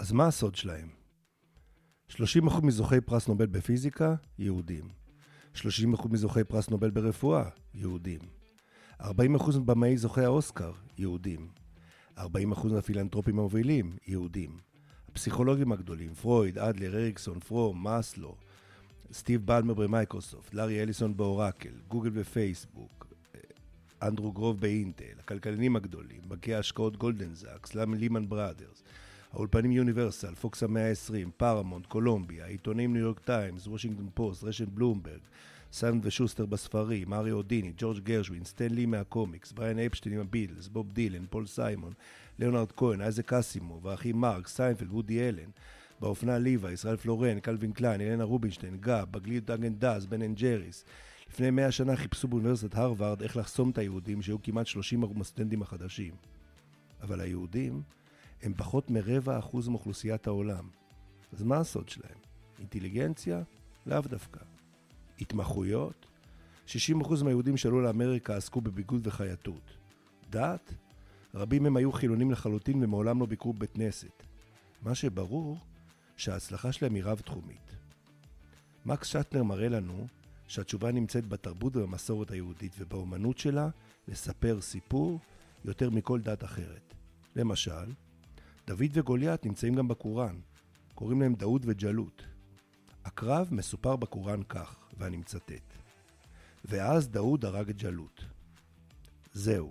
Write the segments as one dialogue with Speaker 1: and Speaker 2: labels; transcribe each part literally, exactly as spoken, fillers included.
Speaker 1: אז מה הסוד שלהם? שלושים אחוז מזוכי פרס נובל בפיזיקה, יהודים. שלושים אחוז מזוכי פרס נובל ברפואה, יהודים. ארבעים אחוז במאי זוכי האוסקר, יהודים. ארבעים אחוז מהפילנטרופים המובילים, יהודים. הפסיכולוגים הגדולים, פרויד, אדלר, אריקסון, פרום, מאסלו, סטיב בלמר במייקרוסופט, לארי אליסון באורקל, גוגל ופייסבוק, אנדרו גרוב באינטל, הכלכלנים הגדולים, בנקי ההשקעות גולדן זאקס, לימן בראדרס, האולפנים יוניברסל, פוקס המאה ה-עשרים, פארמונט, קולומביה, העיתונים ניו יורק טיימס, וושינגטון פוסט, רשת בלומברג, סאנד ושוסטר בספרים, מארי אודיני, ג'ורג' גרשווין, סטן לי מהקומיקס, בריין אפשטיין עם הביטלס, בוב דילן, פול סיימון, ליאונרד כהן, אייזק אסימוב, האחים מרק, סיינפלד, וודי אלן, באופנה ליבה, ישראל פלורן, קלווין קליין, אלנה רובינשטיין, גאב, בגלי דאגן דאז, בן אנד ג'ריס. לפני מאה שנה חיפשו באוניברסיטת הרווארד איך לחסום את היהודים שהיו כמעט שלושים אחוז מהסטודנטים החדשים. אבל היהודים הם פחות מרבע אחוז מאוכלוסיית העולם. אז מה הסוד שלהם? אינטליגנציה? לאו דווקא. התמחויות? שישים אחוז מהיהודים שעלו לאמריקה עסקו בביגוד וחייטות. דת? רבים מהם היו חילונים לחלוטין ומעולם לא ביקרו בית כנסת. מה שברור שההצלחה שלהם היא רב תחומית. מקס שטנר מראה לנו שהתשובה נמצאת בתרבות ובמסורת היהודית ובאומנות שלה לספר סיפור יותר מכל דת אחרת. למשל, דוד וגוליית נמצאים גם בקוראן, קוראים להם דאוד וג'לות. הקרב מסופר בקוראן כך, ואני מצטט. ואז דאוד הרג את ג'לות. זהו.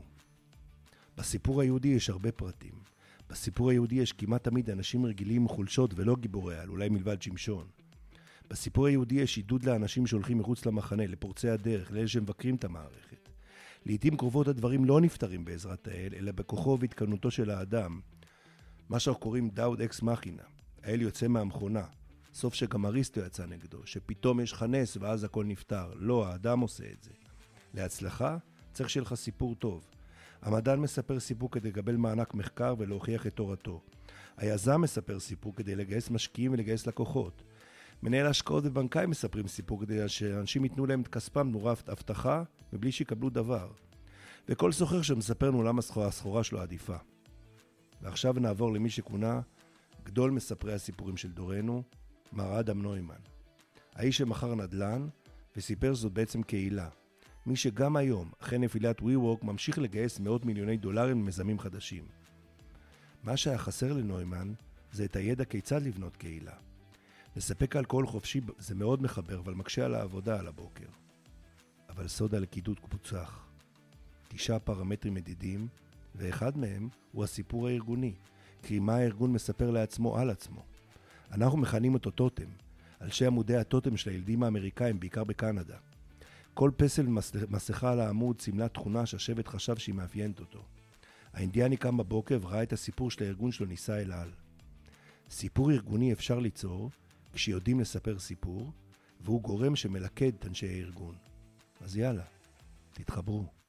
Speaker 1: בסיפור היהודי יש הרבה פרטים. בסיפור היהודי יש כמעט תמיד אנשים רגילים עם חולשות ולא גיבורי על, אולי מלבד שמשון. בסיפור היהודי יש עידוד לאנשים שהולכים מחוץ למחנה, לפורצי הדרך, לאלה שמבקרים את המערכת. לעתים קרובות הדברים לא נפתרים בעזרת האל, אלא בכוחו והתקנותו של האדם. מה שאנחנו קוראים דאוד אקס מכינה. האל יוצא מהמכונה. סוף שגם אריסטו יצא נגדו, שפתאום יש חנס ואז הכל נפתר. לא, האדם עושה את זה. להצלחה צריך שיהיה לך סיפור טוב. המדען מספר סיפור כדי לקבל מענק מחקר ולהוכיח את תורתו. היזם מספר סיפור כדי לגייס משקיעים ולגייס לקוחות. מנהל השקעות ובנקאים מספרים סיפור כדי שאנשים ייתנו להם את כספם תמורת הבטחה מבלי שיקבלו דבר. וכל סוחר שמספר לנו למה הסחורה שלו עדיפה. ועכשיו נעבור למי שכונה גדול מספרי הסיפורים של דורנו, מר אדם נוימן. האיש שמכר נדל"ן וסיפר זאת בעצם קהילה. מי שגם היום, אחרי נפילת WeWork, ממשיך לגייס מאות מיליוני דולרים למזמים חדשים. מה שהיה חסר לנוימן זה את הידע כיצד לבנות קהילה. לספק אלכוהול חופשי זה מאוד מחבר, אבל מקשה על העבודה על הבוקר. אבל סוד הלכידות פוצח. תשעה פרמטרים מדידים, ואחד מהם הוא הסיפור הארגוני, כי מה הארגון מספר לעצמו על עצמו. אנחנו מכנים אותו טוטם, על שם עמודי הטוטם של הילדים האמריקאים, בעיקר בקנדה. כל פסל מסכה על העמוד סימלה תכונה שהשבט חשב שהיא מאפיינת אותו. האינדיאני קם בבוקר וראה את הסיפור של הארגון שלו ניסה אל על. סיפור ארגוני אפשר ליצור כשיודעים לספר סיפור, והוא גורם שמלכד את אנשי הארגון. אז יאללה, תתחברו.